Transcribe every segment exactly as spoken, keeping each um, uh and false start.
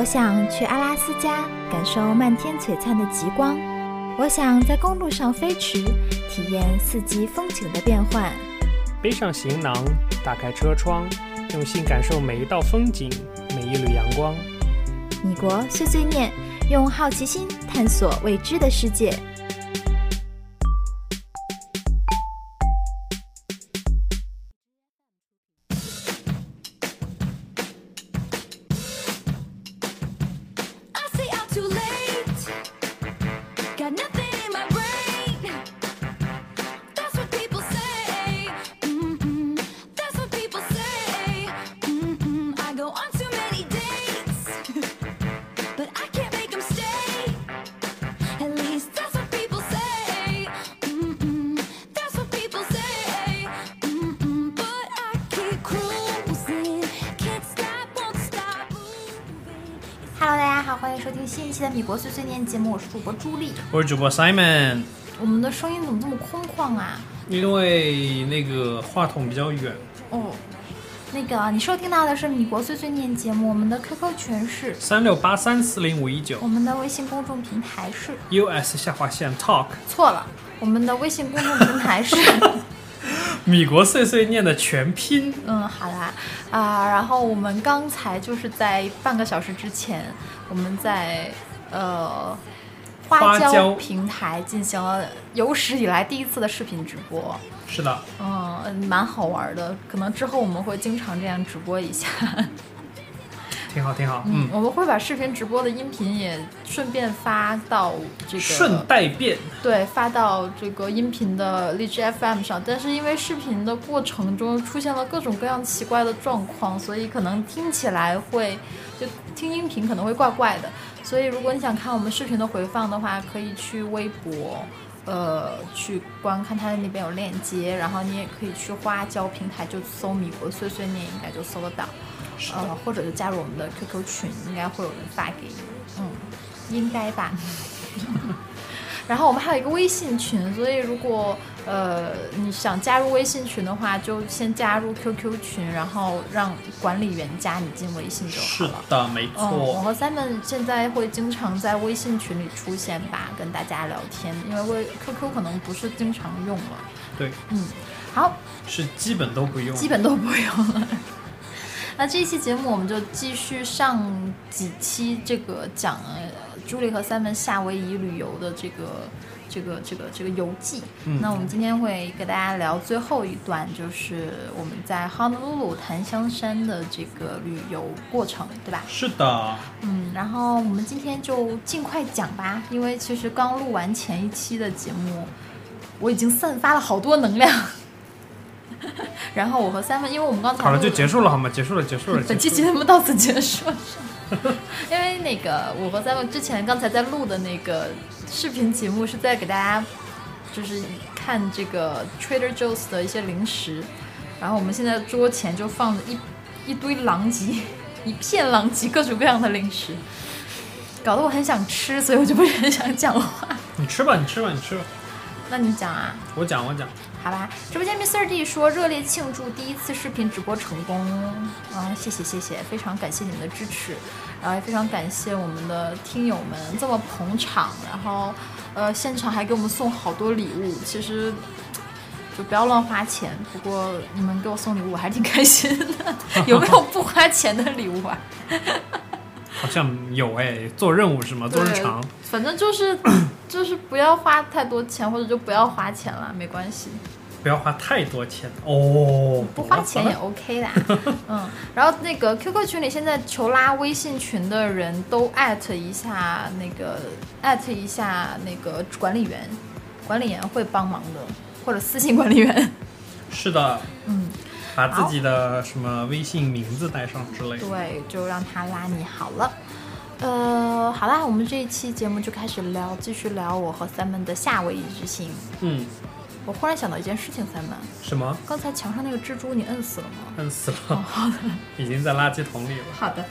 我想去阿拉斯加感受漫天璀璨的极光，我想在公路上飞驰，体验四季风景的变换。 背上行囊，打开车窗，用心感受每一道风景，每一缕阳光。 米国碎碎念，用好奇心探索未知的世界。Hello， 大家好，欢迎收听新一期的米国碎碎念节目，我是主播朱莉， 我是主播 Simon。 我们的声音怎么这么空旷啊？ 因为那个话筒比较远。 哦，那个你收听到的是米国碎碎念节目，我们的 Q Q 群是三六八三四零五一九， 我们的微信公众平台是 U S 下划线 Talk。 错了，我们的微信公众平台是米国碎碎念的全拼。 嗯，好啦，啊、呃，然后我们刚才就是在半个小时之前，我们在呃花椒平台进行了有史以来第一次的视频直播。 是的， 嗯，蛮好玩的，可能之后我们会经常这样直播一下。 挺好挺好。嗯， 我们会把视频直播的音频也顺便发到这个顺带变， 对，发到这个音频的荔枝 F M 上。但是因为视频的过程中出现了各种各样奇怪的状况，所以可能听起来会就听音频可能会怪怪的。所以如果你想看我们视频的回放的话，可以去微博呃，去观看它那边有链接，然后你也可以去花椒平台就搜米国碎碎念，应该就搜得到。呃，或者就加入我们的 Q Q 群，应该会有人发给你，嗯，应该吧。然后我们还有一个微信群，所以如果呃你想加入微信群的话，就先加入 Q Q 群，然后让管理员加你进微信就好了。 是的，没错。 嗯、我和 Simon 现在会经常在微信群里出现吧，跟大家聊天，因为微 Q Q 可能不是经常用了。 对， 嗯，好， 是基本都不用， 基本都不用了。那这一期节目我们就继续上几期这个讲朱莉和三门夏威夷旅游的这个这个这个这个游记、嗯、那我们今天会给大家聊最后一段，就是我们在 Honolulu 檀香山的这个旅游过程，对吧？ 是的。 嗯，然后我们今天就尽快讲吧，因为其实刚录完前一期的节目，我已经散发了好多能量。然后我和三分，因为我们刚才好了就结束了好吗？结束了，结束了。 本期节目到此结束。因为那个我和三分之前刚才在录的那个视频节目是在给大家就是看这个 Trader Joe's 的一些零食，然后我们现在桌前就放着一一堆狼藉，一片狼藉，各种各样的零食，搞得我很想吃，所以我就不是很想讲话。 你吃吧，你吃吧，你吃吧。 那你讲啊？ 我讲，我讲。 好吧，直播间 Mister D 说热烈庆祝第一次视频直播成功，啊，谢谢谢谢，非常感谢你们的支持，然后也非常感谢我们的听友们这么捧场，然后呃现场还给我们送好多礼物，其实就不要乱花钱，不过你们给我送礼物我还挺开心的。有没有不花钱的礼物啊？ 好像有哎，做任务是吗？做日常， 反正就是就是不要花太多钱，或者就不要花钱了，没关系。 不要花太多钱哦， 不花钱也 OK 啦。嗯，然后那个 Q Q 群里现在求拉微信群的人都艾特一下那个艾特一下那个管理员，管理员会帮忙的，或者私信管理员。 是的， 嗯。 把自己的什么微信名字带上之类的， 对，就让他拉你好了。呃，好啦，我们这一期节目就开始聊，继续聊我和三门的夏威夷之行。 嗯， 我忽然想到一件事情，三门。 什么？ 刚才墙上那个蜘蛛你摁死了吗？ 摁死了。 哦、好的， 已经在垃圾桶里了。 好的。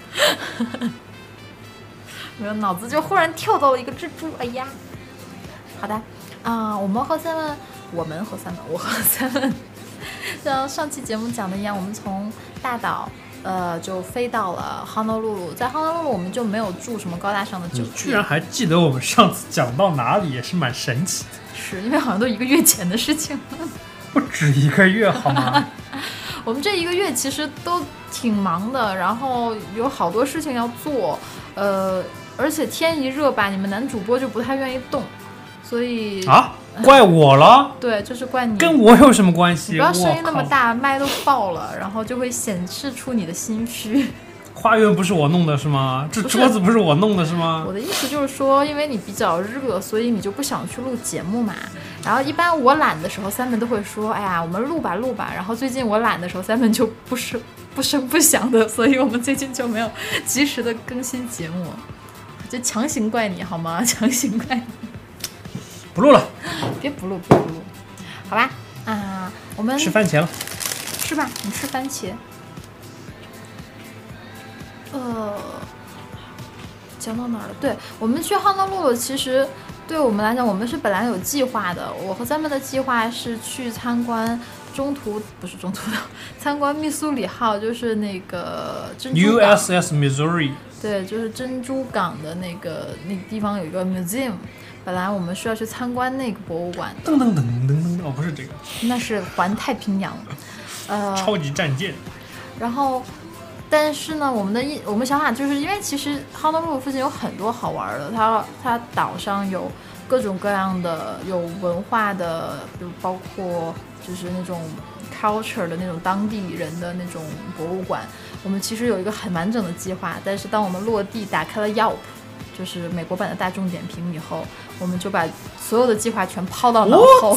我的脑子就忽然跳到了一个蜘蛛，哎呀。好的，啊、呃，我们和三门，我们和三门，我和三门。像上期节目讲的一样，我们从大岛呃，就飞到了哈诺鲁鲁。在哈诺鲁鲁我们就没有住什么高大上的酒店。 你居然还记得我们上次讲到哪里，也是蛮神奇的。 是因为好像都一个月前的事情了。 不止一个月好吗？ 我们这一个月其实都挺忙的，然后有好多事情要做，呃，而且天一热吧，你们男主播就不太愿意动，所以啊，怪我了？ 对，就是怪你， 跟我有什么关系？ 你不要声音那么大，麦都爆了，然后就会显示出你的心虚。 花园不是我弄的是吗？这桌子不是我弄的是吗？ 我的意思就是说，因为你比较热，所以你就不想去录节目嘛。然后一般我懒的时候，三门都会说：“哎呀，我们录吧录吧。”然后最近我懒的时候，三门就不声不声不响的，所以我们最近就没有及时的更新节目，就强行怪你好吗？强行怪你， 不录了， 别不录，别不录，好吧？啊，我们吃番茄了， 是吧？你吃番茄。呃，讲到哪儿了？对，我们去哈诺鲁鲁，其实对我们来讲，我们是本来有计划的。我和三妹的计划是去参观中途，不是中途的，参观密苏里号，就是那个珍珠港 U S S Missouri。 对，就是珍珠港的那个那个地方有一个 museum。本来我们是要去参观那个博物馆的。 噔噔噔噔噔，哦，不是这个， 那是环太平洋，呃， 超级战舰。 然后。但是呢，我们的我们想法就是因为其实哈诺鲁鲁附近有很多好玩的，它它岛上有各种各样的有文化的，比如包括就是那种 culture 的那种当地人的那种博物馆。我们其实有一个很完整的计划，但是当我们落地打开了 Yelp， 就是美国版的大众点评以后，我们就把所有的计划全抛到脑后。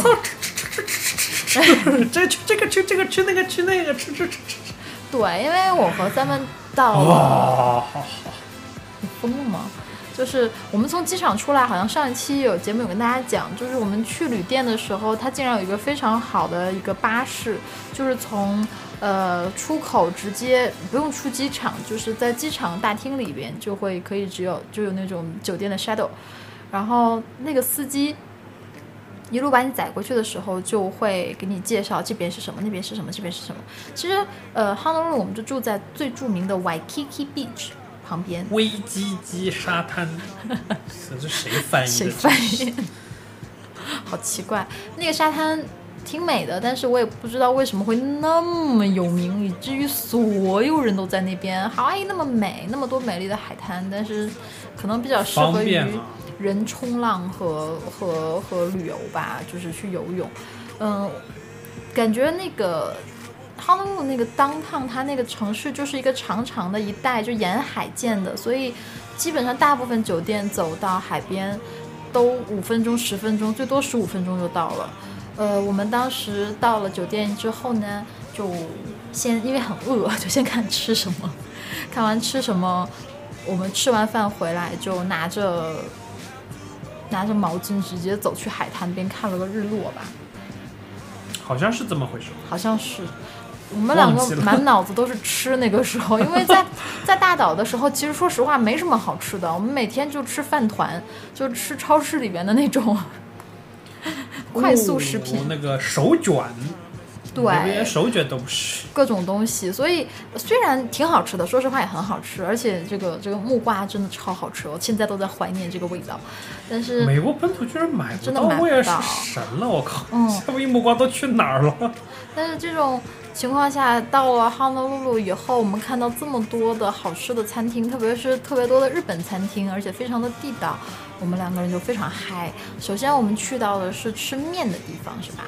这去这个去这个去那个去那个吃吃吃吃。 对，因为我和三们到了， 哦，好好， 你疯了吗？就是我们从机场出来，好像上一期有节目有跟大家讲，就是我们去旅店的时候，它竟然有一个非常好的一个巴士，就是从呃出口直接不用出机场，就是在机场大厅里边就会可以只有就有那种酒店的 shadow， 然后那个司机。一路把你载过去的时候，就会给你介绍这边是什么，那边是什么，这边是什么。其实，呃，哈诺鲁我们就住在最著名的 Waikiki Beach 旁边。 微基基沙滩，这谁翻译的？ 谁翻译？好奇怪，那个沙滩挺美的，但是我也不知道为什么会那么有名，以至于所有人都在那边。好，哎，那么美，那么多美丽的海滩，但是可能比较适合于。人冲浪和和和旅游吧，就是去游泳。嗯，感觉那个哈诺鲁鲁那个downtown，它那个城市就是一个长长的一带，就沿海建的，所以基本上大部分酒店走到海边都五分钟、十分钟，最多十五分钟就到了。呃，我们当时到了酒店之后呢，就先因为很饿，就先看吃什么，看完吃什么，我们吃完饭回来就拿着。拿着毛巾直接走去海滩边看了个日落吧， 好像是这么回事， 好像是。我们两个满脑子都是吃，那个时候，因为在在大岛的时候，其实说实话没什么好吃的，我们每天就吃饭团，就吃超市里面的那种快速食品， 哦、那个手卷。 对， 连手卷都不是各种东西，所以虽然挺好吃的，说实话也很好吃，而且这个这个木瓜真的超好吃，我现在都在怀念这个味道。但是美国本土居然买不到， 真的买不到， 我也是神了，我靠！ 嗯， 夏威夷木瓜都去哪儿了？ 但是这种情况下，到了哈诺鲁鲁以后，我们看到这么多的好吃的餐厅，特别是特别多的日本餐厅，而且非常的地道，我们两个人就非常嗨。首先我们去到的是吃面的地方，是吧？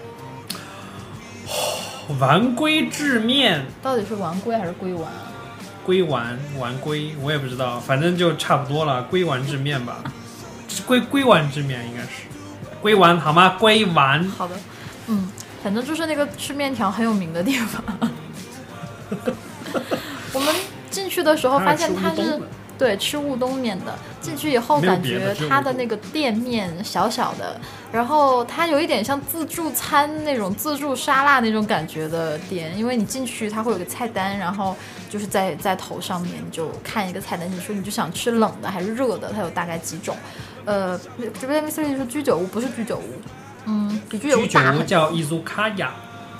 丸龟制面到底是丸龟还是龟丸？ 龟丸丸龟我也不知道，反正就差不多了，龟丸制面吧。龟龟丸制面应该是龟丸好吗？龟丸。 好的，嗯，反正就是那个吃面条很有名的地方。我们进去的时候发现它是对吃乌冬面的，进去以后感觉它的那个店面小小的，然后它有一点像自助餐那种自助沙拉那种感觉的店，因为你进去它会有个菜单，然后就是在在头上面你就看一个菜单，你说你就想吃冷的还是热的，它有大概几种。呃，这边 Miss Lee 说居酒屋不是居酒屋，嗯，比居酒屋大很多。 居酒屋叫伊祖卡亚。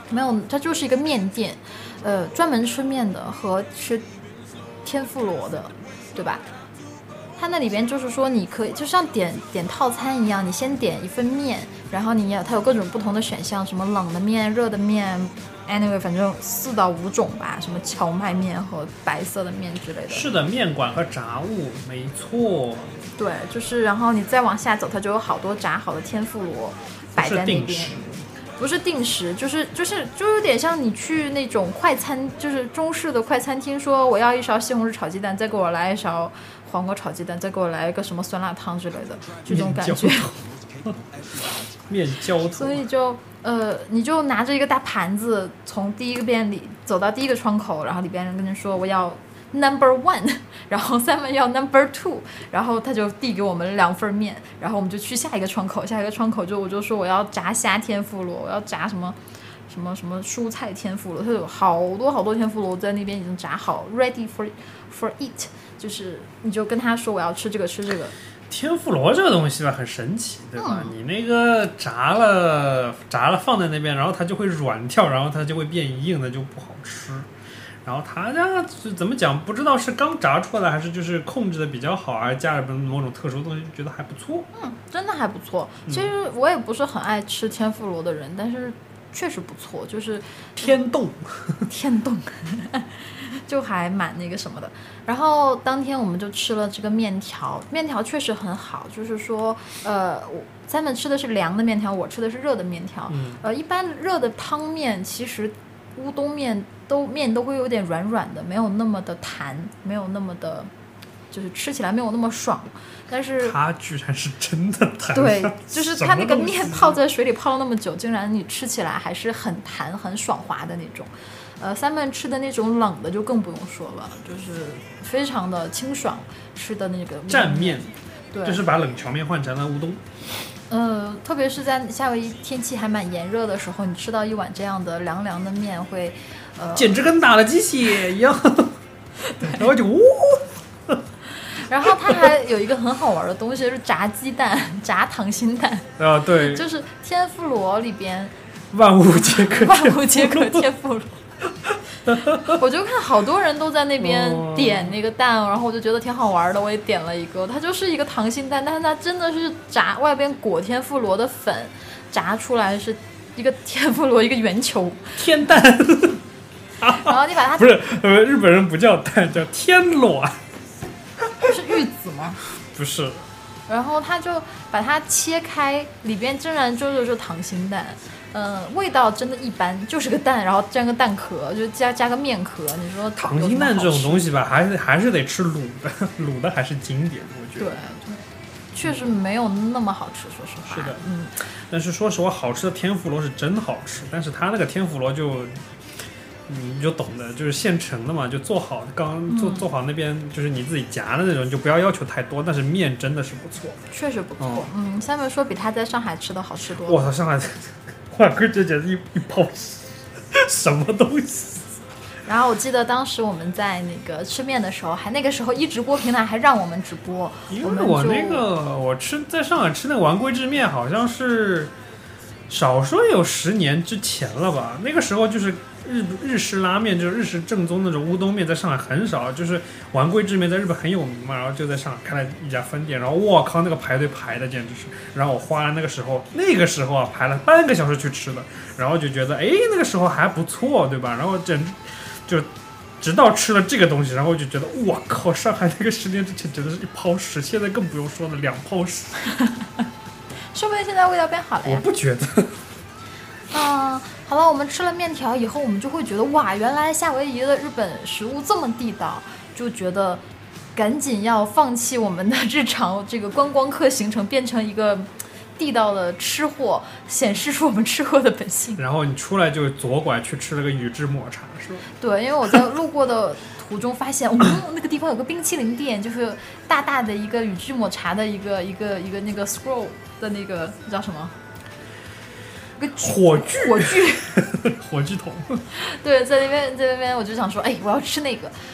没有，它就是一个面店，呃，专门吃面的和吃天妇罗的，对吧？它那里边就是说，你可以就像点点套餐一样，你先点一份面，然后你要它有各种不同的选项，什么冷的面、热的面 ，anyway， 反正四到五种吧，什么荞麦面和白色的面之类的。 是的，面馆和杂物，没错。 对，就是然后你再往下走，它就有好多炸好的天妇罗摆在那边。不是定时，就是就是就有点像你去那种快餐，就是中式的快餐厅，说我要一勺西红柿炒鸡蛋，再给我来一勺黄瓜炒鸡蛋，再给我来一个什么酸辣汤之类的，这种感觉。 面浇头。 所以就呃，你就拿着一个大盘子，从第一个边里走到第一个窗口，然后里边人跟你说我要number one， 然后三们要 number two， 然后他就递给我们两份面，然后我们就去下一个窗口，下一个窗口就我就说我要炸虾天妇罗，我要炸什么什么什么蔬菜天妇罗，它有好多好多天妇罗在那边已经炸好 ，ready for for eat， 就是你就跟他说我要吃这个吃这个。 天妇罗这个东西吧，很神奇，对吧？嗯、你那个炸了炸了放在那边，然后它就会软掉，然后它就会变硬的，就不好吃。然后它家是怎么讲？不知道是刚炸出来的，还是就是控制的比较好，而加了某种特殊的东西，觉得还不错。 嗯，真的还不错。其实我也不是很爱吃天妇罗的人，但是确实不错，就是天动， 天动，就还蛮那个什么的。然后当天我们就吃了这个面条，面条确实很好，就是说，呃，咱们吃的是凉的面条，我吃的是热的面条。 嗯、 呃，一般热的汤面其实乌冬面都面都会有点软软的，没有那么的弹，没有那么的，就是吃起来没有那么爽。但是它居然是真的弹， 对，就是它那个面泡在水里泡了那么久，竟然你吃起来还是很弹、很爽滑的那种。呃，三妹吃的那种冷的就更不用说了，就是非常的清爽，吃的那个蘸面， 对， 就是把冷荞面换成了乌冬。 呃，特别是在夏威夷天气还蛮炎热的时候，你吃到一碗这样的凉凉的面会，呃， 简直跟打了鸡血一样。然后就呜。 然后它还有一个很好玩的东西，就是炸鸡蛋、炸溏心蛋。 啊，对， 就是天妇罗里边， 万物皆可万物皆可天妇罗。我就看好多人都在那边点那个蛋，然后我就觉得挺好玩的，我也点了一个。它就是一个溏心蛋，但是它真的是炸外边裹天妇罗的粉，炸出来是一个天妇罗一个圆球天蛋。 然后你把它不是呃日本人不叫蛋，叫天卵。 是玉子吗？ 不是。 然后他就把它切开，里边竟然就是溏心蛋。嗯，味道真的一般，就是个蛋，然后沾个蛋壳，就加加个面壳。你说溏心蛋这种东西吧，还是还是得吃卤的，卤的还是经典，我觉得。 对，确实没有那么好吃，说实话。 是的， 嗯。 但是说实话，好吃的天妇罗是真好吃，但是它那个天妇罗就，你就懂的，就是现成的嘛，就做好，刚做、嗯、做好那边就是你自己夹的那种，就不要要求太多。但是面真的是不错， 确实不错。嗯，下面说比他在上海吃的好吃多了。 我操，上海！哇，这简直一一泡什么东西！ 然后我记得当时我们在那个吃面的时候，还那个时候一直播平台还让我们直播， 因为我那个我吃在上海吃那个丸龟之面，好像是少说有十年之前了吧。那个时候就是日日式拉面，就是日式正宗那种乌冬面，在上海很少，就是丸龟之面在日本很有名嘛，然后就在上海开了一家分店，然后我靠那个排队排的简直是，然后我花了那个时候那个时候啊排了半个小时去吃的，然后就觉得哎那个时候还不错，对吧？然后整就直到吃了这个东西，然后就觉得我靠，上海那个十年之前真的是一泡屎，现在更不用说了，两泡屎。 说不定现在味道变好了呀。 我不觉得。 嗯，好了，我们吃了面条以后，我们就会觉得哇，原来夏威夷的日本食物这么地道，就觉得赶紧要放弃我们的日常这个观光客行程，变成一个地道的吃货，显示出我们吃货的本性。 然后你出来就左拐去吃了个宇治抹茶，是吧？ 对，因为我在路过的途中发现，哦，那个地方有个冰淇淋店，就是大大的一个宇治抹茶的一个一个一个那个 scroll 的那个叫什么？ 火炬， 火炬， 火炬筒。 对，在那边，在那边，我就想说，哎，我要吃那个。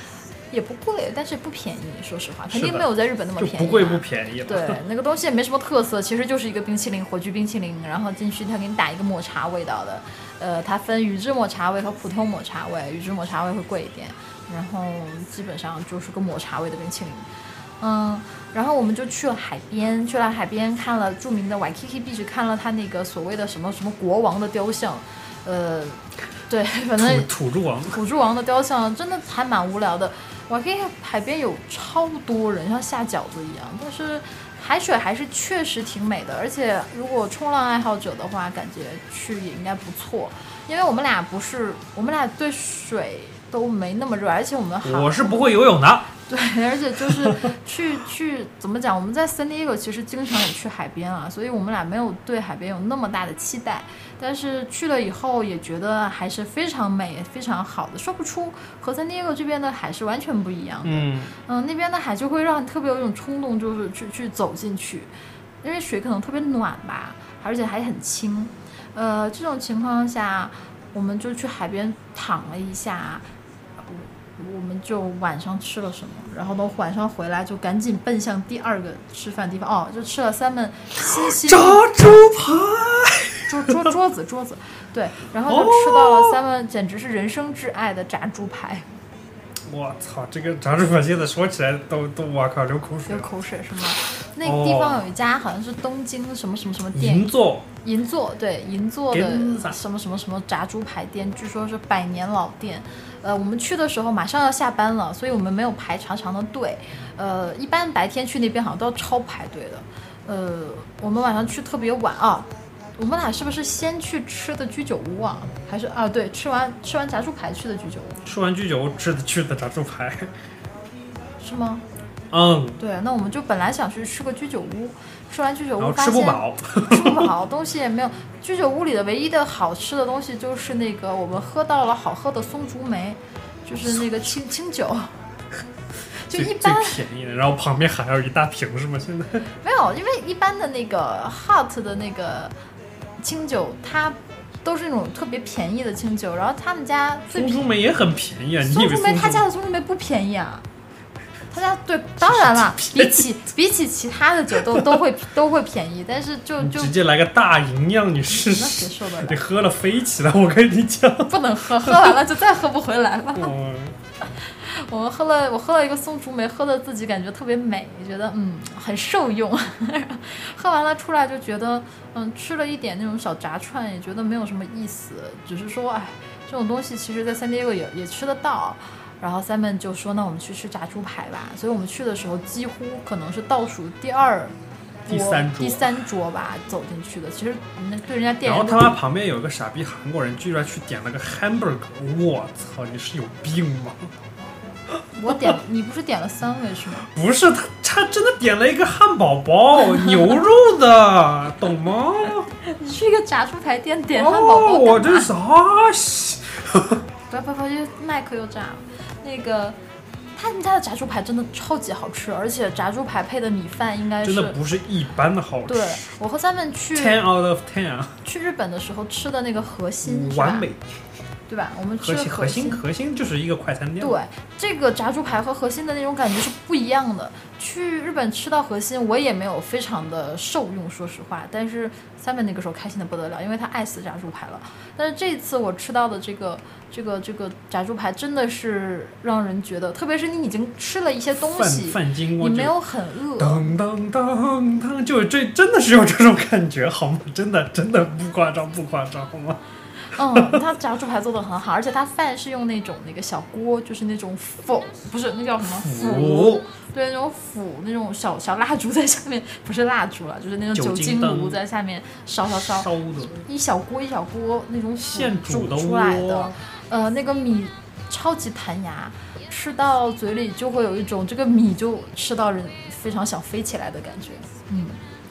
也不贵，但是不便宜，说实话，肯定没有在日本那么便宜、啊， 就不贵不便宜了。 对，那个东西也没什么特色，其实就是一个冰淇淋，火炬冰淇淋，然后进去他给你打一个抹茶味道的，呃，它分宇治抹茶味和普通抹茶味，宇治抹茶味会贵一点，然后基本上就是个抹茶味的冰淇淋。嗯，然后我们就去了海边，去了海边看了著名的 Waikiki Beach， 看了他那个所谓的什么什么国王的雕像，呃，对，反正土著王， 土著王的雕像真的还蛮无聊的。Waikiki海边有超多人，像下饺子一样，但是海水还是确实挺美的，而且如果冲浪爱好者的话，感觉去也应该不错，因为我们俩不是，我们俩对水都没那么热，而且我们我是不会游泳的。 对，而且就是去去怎么讲？我们在 San Diego 其实经常也去海边啊，所以我们俩没有对海边有那么大的期待。但是去了以后也觉得还是非常美、非常好的，说不出和 San Diego 这边的海是完全不一样的。嗯嗯，那边的海就会让你特别有一种冲动，就是去去走进去，因为水可能特别暖吧，而且还很清。呃，这种情况下，我们就去海边躺了一下。我们就晚上吃了什么，然后等晚上回来就赶紧奔向第二个吃饭地方哦，就吃了三门新西炸猪排， 桌桌桌子桌子，对，然后就吃到了三门简直是人生挚爱的炸猪排。 我操，这个炸猪排现在说起来都都我靠流口水， 流口水是吗？那个地方有一家好像是东京什么什么什么店， 银座， 银座对银座的什么什么什么炸猪排店，据说是百年老店。呃，我们去的时候马上要下班了，所以我们没有排长长的队。呃，一般白天去那边好像都要超排队的。呃，我们晚上去特别晚啊。我们俩是不是先去吃的居酒屋啊？还是啊？对，吃完吃完炸猪排去的居酒屋。 吃完居酒屋吃的去的炸猪排， 是吗？ 嗯， 对，那我们就本来想去吃个居酒屋，吃完居酒屋发现吃不饱， 吃不饱，东西也没有。居酒屋里的唯一的好吃的东西就是那个我们喝到了好喝的松竹梅，就是那个清清酒。就一般最便宜的，然后旁边还有一大瓶是吗？现在没有，因为一般的那个 hot 的那个清酒，它都是那种特别便宜的清酒，然后他们家松竹梅也很便宜啊，你以为松竹梅他家的松竹梅不便宜啊？他家对，当然了，比起比起其他的酒都都会都会便宜，但是就就直接来个大营养，你试试， 那谁受得了？ 你喝了飞起来，我跟你讲， 不能喝，喝完了就再喝不回来了。 嗯我们喝了，我喝了一个松竹梅，喝的自己感觉特别美，觉得嗯很受用。喝完了出来就觉得，嗯，吃了一点那种小炸串，也觉得没有什么意思，只是说，哎，这种东西其实在San Diego也也吃得到。然后 Simon 就说，那我们去吃炸猪排吧。所以我们去的时候几乎可能是倒数第二。 第三桌， 第三桌吧，走进去的。其实那对人家店， 然后他们旁边有一个傻逼韩国人，居然去点了个 hamburger， 我操，你是有病吗？ 我点，你不是点了三位是吗？ 不是，他他真的点了一个汉堡包，牛肉的，懂吗？ 你去一个炸猪排店点汉堡包， 哦，我这是啊！ 不要不要不要，麦克又炸了。那个他们家的炸猪排真的超级好吃，而且炸猪排配的米饭应该是真的不是一般的好吃。 对，我和三们去 ten out of ten 啊， 去日本的时候吃的那个核心完美。 对吧？我们吃的核心，核心就是一个快餐店。 对，这个炸猪排和核心的那种感觉是不一样的。去日本吃到核心，我也没有非常的受用，说实话。但是 Simon 那个时候开心的不得了，因为他爱死炸猪排了。但是这一次我吃到的这个这个这个炸猪排真的是让人觉得，特别是你已经吃了一些东西， 饭经你没有很饿， 当当当当，就这真的是有这种感觉，好吗？真的真的不夸张，不夸张，好吗？ 嗯，他炸猪排做的很好，而且他饭是用那种那个小锅，就是那种釜，不是那叫什么釜，对，那种釜，那种小小蜡烛在下面，不是蜡烛了，就是那种酒精炉在下面烧烧烧， 烧的一小锅一小锅那种现煮的出来的，呃，那个米超级弹牙，吃到嘴里就会有一种这个米就吃到人非常想飞起来的感觉，嗯。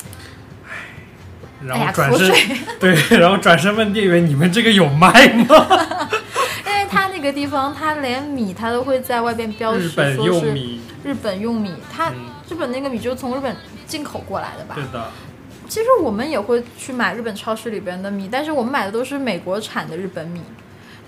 然后转身、哎、对，然后转身问店员：“你们这个有卖吗？” 因为他那个地方，他连米他都会在外边标识说是日本用米，他、嗯、日本那个米就是从日本进口过来的吧？ 对的。 其实我们也会去买日本超市里边的米，但是我们买的都是美国产的日本米。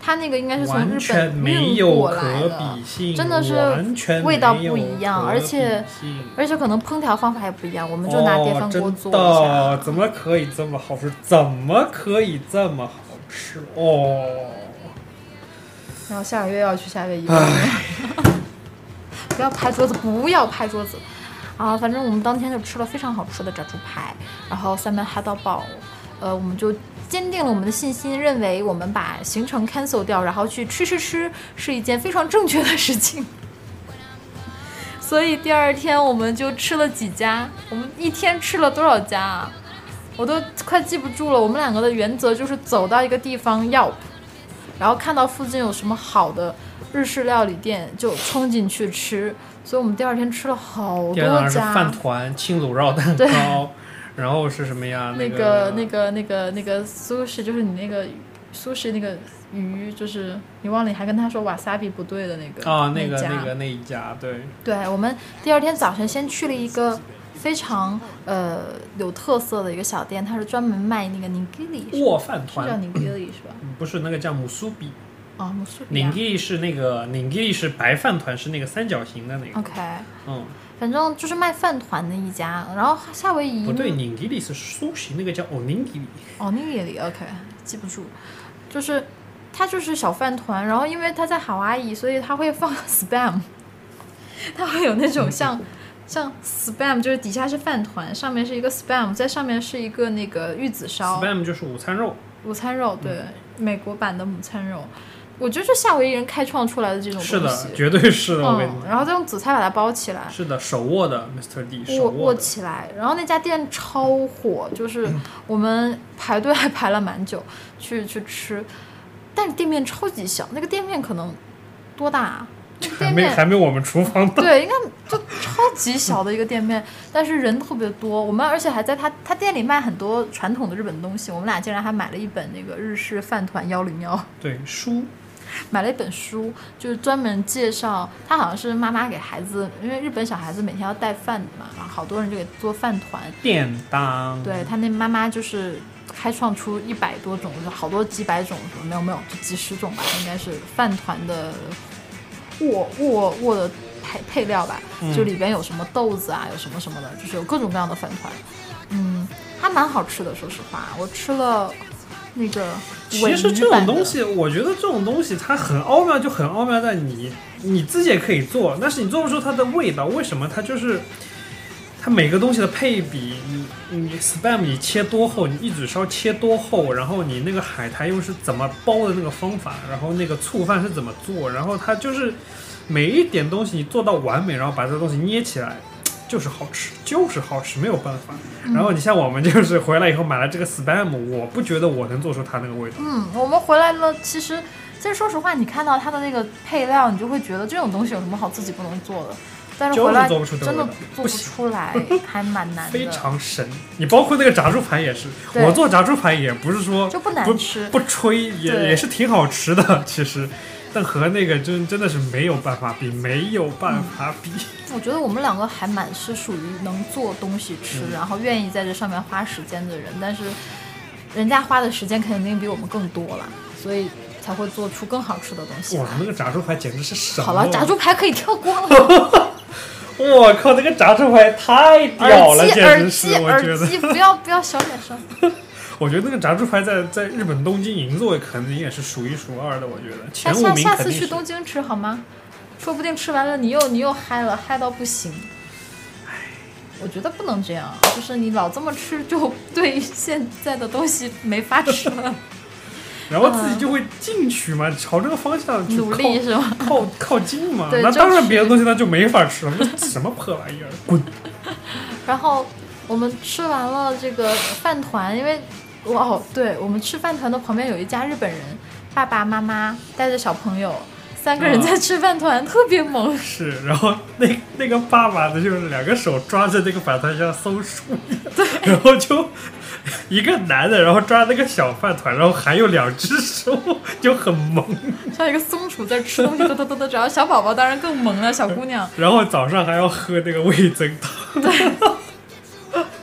它那个应该是从日完全本没有运过来可的， 比性， 真的是完全味道没有不一样， 可而且比性而且可能烹调方法也不一样，我们就拿电饭锅哦、 做一下。 真的怎么可以这么好吃？怎么可以这么好吃？哦。 然后下个月要去夏威夷，不要拍桌子，不要拍桌子啊！反正我们当天就吃了非常好吃的炸猪排，然后三杯哈到爆，呃，我们就坚定了我们的信心，认为我们把行程 cancel 掉，然后去吃吃吃是一件非常正确的事情。所以第二天我们就吃了几家，我们一天吃了多少家啊？我都快记不住了。我们两个的原则就是走到一个地方要。然后看到附近有什么好的日式料理店就冲进去吃，所以我们第二天吃了好多家。 第二天是饭团、轻卤肉蛋糕，然后是什么呀？ 那个那个那个那个苏式，就是你那个苏式那个鱼，就是你忘了你还跟他说瓦萨比不对的那个啊、哦，那个那那个那一家，对。 对，我们第二天早晨先去了一个非常呃有特色的一个小店，它是专门卖那个 nigiri 握饭团， 是叫 nigiri 是吧？ 不是，那个叫姆苏比。 哦，姆苏比、啊。 nigiri 是那个 nigiri 是白饭团，是那个三角形的那个。 OK。 嗯。 反正就是卖饭团的一家，然后夏威夷不对 ，nigiri 是苏式，那个叫 onigiri。 onigiri OK， 记不住，就是它就是小饭团，然后因为它在夏威夷，所以它会放 spam， 它会有那种像。像 spam 就是底下是饭团，上面是一个 spam， 在上面是一个那个玉子烧。 spam 就是午餐肉。 午餐肉，对，嗯、美国版的午餐肉，我觉得是夏威夷人开创出来的这种东西。是的，绝对是的。 嗯，然后再用紫菜把它包起来。 是的，手握的 Mister D， 手握握握起来。然后那家店超火，就是我们排队还排了蛮久去去吃，但是店面超级小，那个店面可能多大啊？ 还没还没我们厨房大。 对，应该就超级小的一个店面，但是人特别多。我们而且还在他他店里卖很多传统的日本东西，我们俩竟然还买了一本那个日式饭团幺零幺。 对，书。 买了一本书，就是专门介绍，他好像是妈妈给孩子，因为日本小孩子每天要带饭嘛，然后好多人就给做饭团便当。 对，他那妈妈就是开创出一百多种，好多几百种什么没有没有，就几十种吧，应该是饭团的。握握握的配配料吧，就里边有什么豆子啊，有什么什么的，就是有各种各样的饭团，嗯，还蛮好吃的。说实话，我吃了那个其实这种东西，我觉得这种东西它很奥妙，就很奥妙在你你自己也可以做，但是你做不出它的味道。为什么？它就是它每个东西的配比，你你 spam 你切多厚，你一指烧切多厚，然后你那个海苔又是怎么包的那个方法，然后那个醋饭是怎么做，然后它就是每一点东西你做到完美，然后把这个东西捏起来，就是好吃，就是好吃，没有办法。然后你像我们就是回来以后买了这个 spam， 我不觉得我能做出它那个味道。 嗯，我们回来了，其实其实说实话，你看到它的那个配料，你就会觉得这种东西有什么好自己不能做的。但是回来真的做不出来，还蛮难的， 非常神。你包括那个炸猪排也是，我做炸猪排也不是说就不难吃， 不, 不吹也也是挺好吃的，其实，但和那个真真的是没有办法比，没有办法比。 嗯、我觉得我们两个还蛮是属于能做东西吃，嗯、然后愿意在这上面花时间的人，但是人家花的时间肯定比我们更多了，所以才会做出更好吃的东西。 哇，那个炸猪排简直是神！ 好了，炸猪排可以跳过了。 我靠，那个炸猪排太屌了，简直是！我觉得耳机不要不要小点声。 我觉得那个炸猪排在在日本东京银座可能也是数一数二的，我觉得前五名肯定是。 下下次去东京吃好吗？说不定吃完了你又你又嗨了，嗨到不行。我觉得不能这样，就是你老这么吃，就对现在的东西没法吃了。 然后自己就会进去嘛，嗯、朝这个方向去努力是吗？ 靠靠近嘛。那当然，别的东西那就没法吃了，那什么破玩意儿，滚！ 然后我们吃完了这个饭团，因为哦，对，我们吃饭团的旁边有一家日本人，爸爸妈妈带着小朋友，三个人在吃饭团，啊、特别萌。 是，然后那那个爸爸的就是两个手抓着那个饭团像松鼠一样， 对， 然后就。一个男的，然后抓那个小饭团，然后还有两只手，就很萌， 像一个松鼠在吃东西，嘚嘚嘚嘚。然后小宝宝当然更萌了，小姑娘。 然后早上还要喝那个味增汤。 对。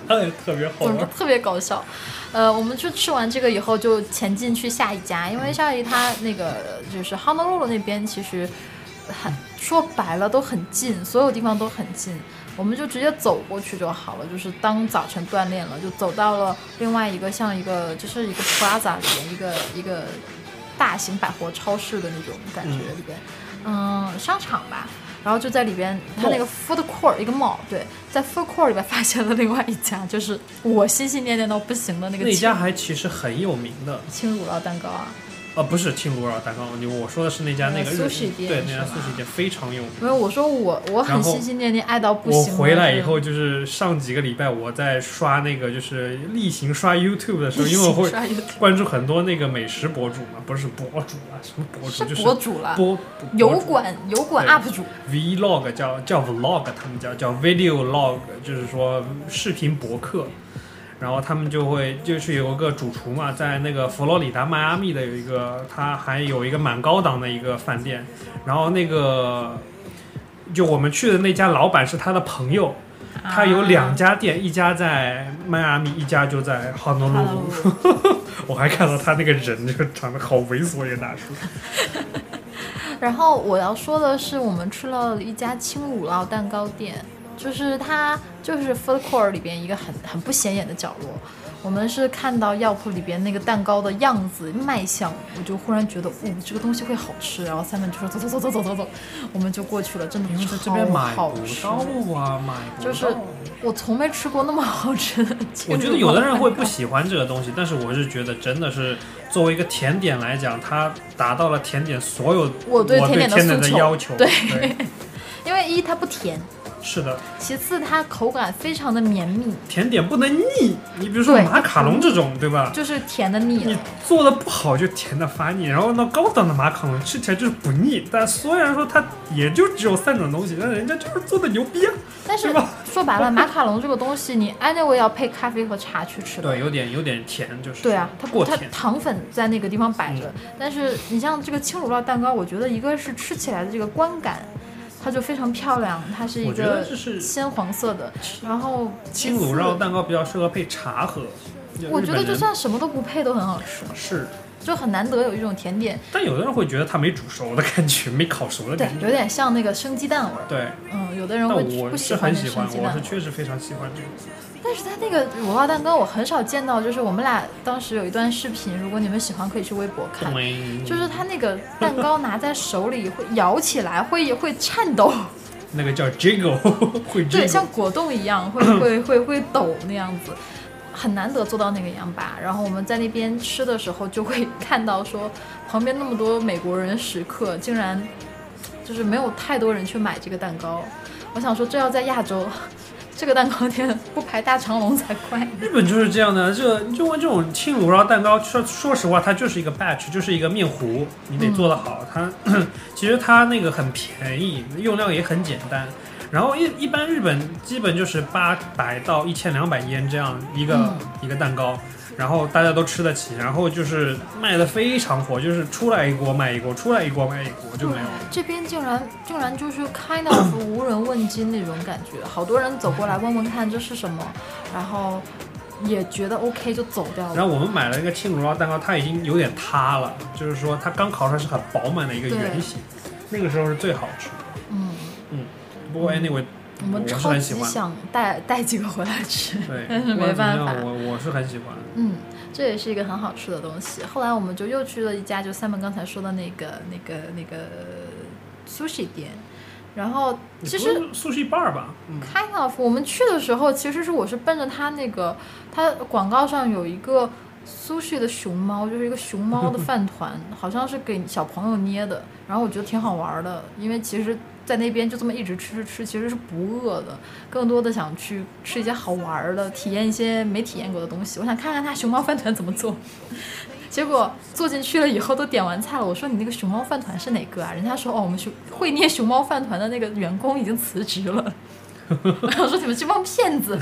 哎，特别好玩， 总之特别搞笑。呃，我们就吃完这个以后就前进去下一家，因为下一它那个就是 Honolulu 那边其实很说白了都很近，所有地方都很近，我们就直接走过去就好了，就是当早晨锻炼了，就走到了另外一个像一个就是一个 plaza 里面一个一个大型百货超市的那种感觉里边，嗯、呃，商场吧。然后就在里边，他那个 food court 一个 mall， 对，在 food court 里边发现了另外一家，就是我心心念念到不行的那个。 那家还其实很有名的， 轻乳酪蛋糕啊。 呃，不是轻乳酪蛋糕，你我说的是那家那个日式店， 对，那家苏式店非常有名。 没有，我说我我很心心念念爱到不行。 我回来以后就是上几个礼拜我在刷那个就是例行刷 YouTube 的时候，因为我会关注很多那个美食博主嘛，不是博主啊，什么博主就是博主了， 博油管油管 U P 主 ，Vlog 叫叫 Vlog， 他们叫叫 Video Log， 就是说视频博客。然后他们就会就是有个主厨嘛，在那个佛罗里达迈阿密的有一个，他还有一个蛮高档的一个饭店，然后那个就我们去的那家老板是他的朋友，他有两家店，啊、一家在迈阿密，一家就在哈诺鲁鲁。我还看到他那个人就长得好猥琐一个大叔。 然后我要说的是，我们吃了一家轻乳酪蛋糕店。就是它就是 food court 里边一个很很不显眼的角落，我们是看到药铺里边那个蛋糕的样子卖相，我就忽然觉得，哦，这个东西会好吃。然后三门就说走走走走走走走，我们就过去了，真的超好吃。 啊，买不到就是我从没吃过那么好吃的。 我觉得有的人会不喜欢这个东西，但是我是觉得真的是作为一个甜点来讲，它达到了甜点所有我对甜点 的, 甜点的要求。 对， 对因为一它不甜。 是的， 其次它口感非常的绵密， 甜点不能腻。你比如说马卡龙这种， 对, 对吧？ 就是甜的腻了。 你做的不好就甜的发腻，然后那高档的马卡龙吃起来就是不腻。但虽然说它也就只有三种东西，但人家就是做的牛逼啊。 但是说白了，马卡龙这个东西你 anyway 要配咖啡和茶去吃的。 对，有点有点甜，就是对啊，它过甜。 它糖粉在那个地方摆着，嗯、但是你像这个轻乳酪蛋糕，我觉得一个是吃起来的这个观感。它就非常漂亮，它是一个鲜黄色的，然后轻乳酪蛋糕比较适合配茶喝。 我觉得就算什么都不配都很好吃， 是， 就很难得有一种甜点。 但有的人会觉得它没煮熟的感觉，没烤熟的感觉， 对，有点像那个生鸡蛋味儿。 对， 嗯，有的人会不喜欢那生鸡蛋。 我是确实非常喜欢这个。 但是它那个乳酪蛋糕我很少见到，就是我们俩当时有一段视频，如果你们喜欢可以去微博看，就是它那个蛋糕拿在手里会摇起来，会会颤抖。 那个叫 jiggle， 会 jiggle， 对，像果冻一样，会会会会抖那样子，很难得做到那个样吧。然后我们在那边吃的时候，就会看到说旁边那么多美国人食客，竟然就是没有太多人去买这个蛋糕。我想说，这要在亚洲，这个蛋糕店不排大长龙才怪。 日本就是这样的，这就问这种轻乳酪蛋糕，说说实话，它就是一个 batch， 就是一个面糊，你得做得好。嗯、它其实它那个很便宜，用料也很简单。然后一一般日本基本就是八百到一千两百烟这样一个、嗯、一个蛋糕。然后大家都吃得起，然后就是卖的非常火，就是出来一锅卖一锅，出来一锅卖一锅就没有。 这边竟然竟然就是 kind of 无人问津那种感觉，好多人走过来问问看这是什么，然后也觉得 OK 就走掉了。 然后我们买了一个轻乳酪蛋糕，它已经有点塌了，就是说它刚烤出来是很饱满的一个圆形，那个时候是最好吃的。嗯嗯，不过 anyway。 我们超级想带带几个回来吃， 对， 但是没办法。 我我是很喜欢。 嗯，这也是一个很好吃的东西。后来我们就又去了一家，就Simon刚才说的那个那个那个 sushi 店。然后其实 sushi bar 吧、 嗯、，kind of。我们去的时候，其实是我是奔着他那个，他广告上有一个 sushi 的熊猫，就是一个熊猫的饭团，好像是给小朋友捏的。然后我觉得挺好玩的，因为其实。在那边就这么一直吃吃吃，其实是不饿的，更多的想去吃一些好玩的，体验一些没体验过的东西。我想看看他熊猫饭团怎么做，结果坐进去了以后都点完菜了。我说你那个熊猫饭团是哪个啊？人家说哦，我们熊会捏熊猫饭团的那个员工已经辞职了。我想说你们这帮骗子，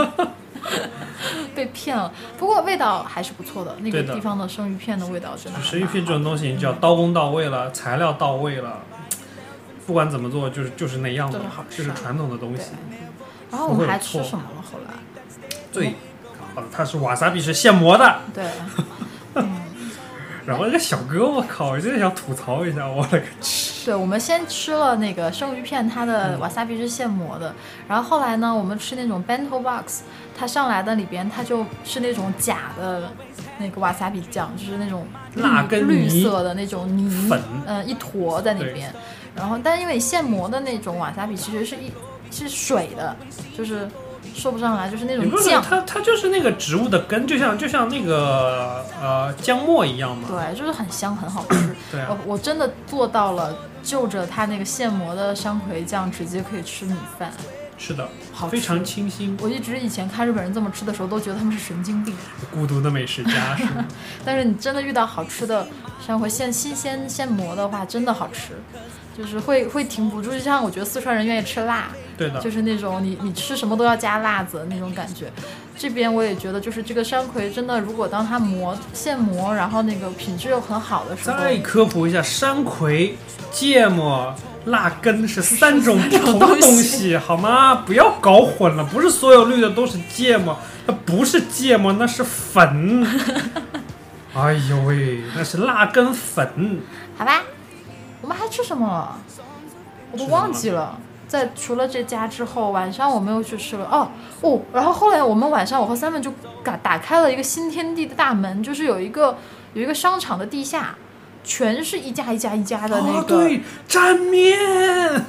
被骗了。不过味道还是不错的，那个地方的生鱼片的味道真的。 生鱼片这种东西，你只要刀工到位了，材料到位了。不管怎么做，就是就是那样的，就是传统的东西。 然后我们还吃什么了？后来最好的它是瓦萨比是现磨的。 对，嗯。 然后那个小哥，我靠，我真的想吐槽一下，我勒个去！ 对，我们先吃了那个生鱼片，它的瓦萨比是现磨的，嗯、然后后来呢，我们吃那种 bento box， 它上来的里边它就是那种假的那个瓦萨比酱，就是那种辣根绿色的那种泥粉， 嗯、呃，一坨在那边。然后，但是因为现磨的那种瓦萨比其实是一是水的，就是说不上来，就是那种酱。 它它就是那个植物的根，就像就像那个呃姜末一样嘛。 对，就是很香，很好吃。 对啊， 我我真的做到了，就着它那个现磨的山葵酱，直接可以吃米饭。 是的， 好吃， 非常清新。 我一直以前看日本人这么吃的时候，都觉得他们是神经病， 孤独的美食家是吗？ 但是你真的遇到好吃的山葵现新鲜现磨的话，真的好吃。就是会会停不住，就像我觉得四川人愿意吃辣， 对的， 就是那种你你吃什么都要加辣子那种感觉。这边我也觉得，就是这个山葵真的，如果当它磨现磨，然后那个品质又很好的时候， 再科普一下，山葵、芥末、辣根是三种不同的东西，好吗？不要搞混了，不是所有绿的都是芥末，那不是芥末，那是粉。哎呦喂，那是辣根粉。 好吧。我们还吃什么了？我都忘记了。在除了这家之后，晚上我们又去吃了哦哦，然后后来我们晚上我和三妹就打打开了一个新天地的大门，就是有一个有一个商场的地下，全是一家一家一家的那个、 哦、对蘸面，